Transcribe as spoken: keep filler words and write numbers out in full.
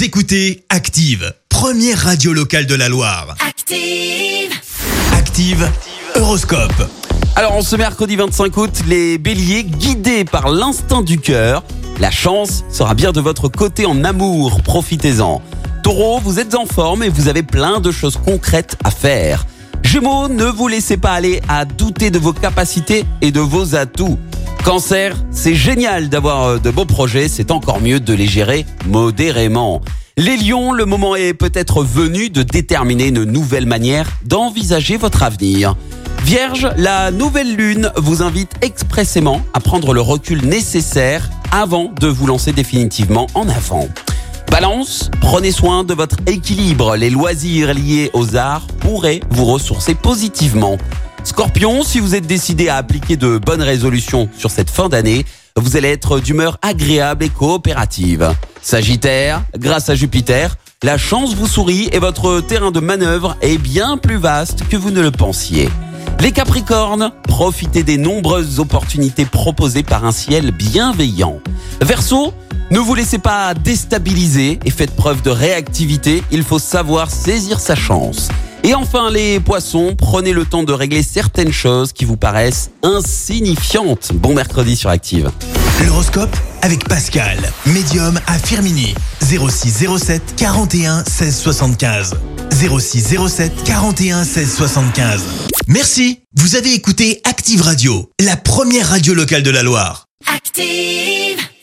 Vous écoutez Active, première radio locale de la Loire. Active. Active, Horoscope. Alors, en ce mercredi vingt-cinq août, les béliers, guidés par l'instinct du cœur, la chance sera bien de votre côté en amour, profitez-en. Taureau, vous êtes en forme et vous avez plein de choses concrètes à faire. Gémeaux, ne vous laissez pas aller à douter de vos capacités et de vos atouts. Cancer, c'est génial d'avoir de beaux projets, c'est encore mieux de les gérer modérément. Les lions, le moment est peut-être venu de déterminer une nouvelle manière d'envisager votre avenir. Vierge, la nouvelle lune vous invite expressément à prendre le recul nécessaire avant de vous lancer définitivement en avant. Balance, prenez soin de votre équilibre. Les loisirs liés aux arts pourraient vous ressourcer positivement. Scorpion, si vous êtes décidé à appliquer de bonnes résolutions sur cette fin d'année, vous allez être d'humeur agréable et coopérative. Sagittaire, grâce à Jupiter, la chance vous sourit et votre terrain de manœuvre est bien plus vaste que vous ne le pensiez. Les Capricornes, profitez des nombreuses opportunités proposées par un ciel bienveillant. Verseau, ne vous laissez pas déstabiliser et faites preuve de réactivité, il faut savoir saisir sa chance. Et enfin les Poissons, prenez le temps de régler certaines choses qui vous paraissent insignifiantes. Bon mercredi sur Active. L'horoscope avec Pascal, médium à Firminy. zéro six zéro sept quarante et un seize soixante-quinze. zéro six zéro sept quarante et un seize soixante-quinze. Merci, vous avez écouté Active Radio, la première radio locale de la Loire. Active.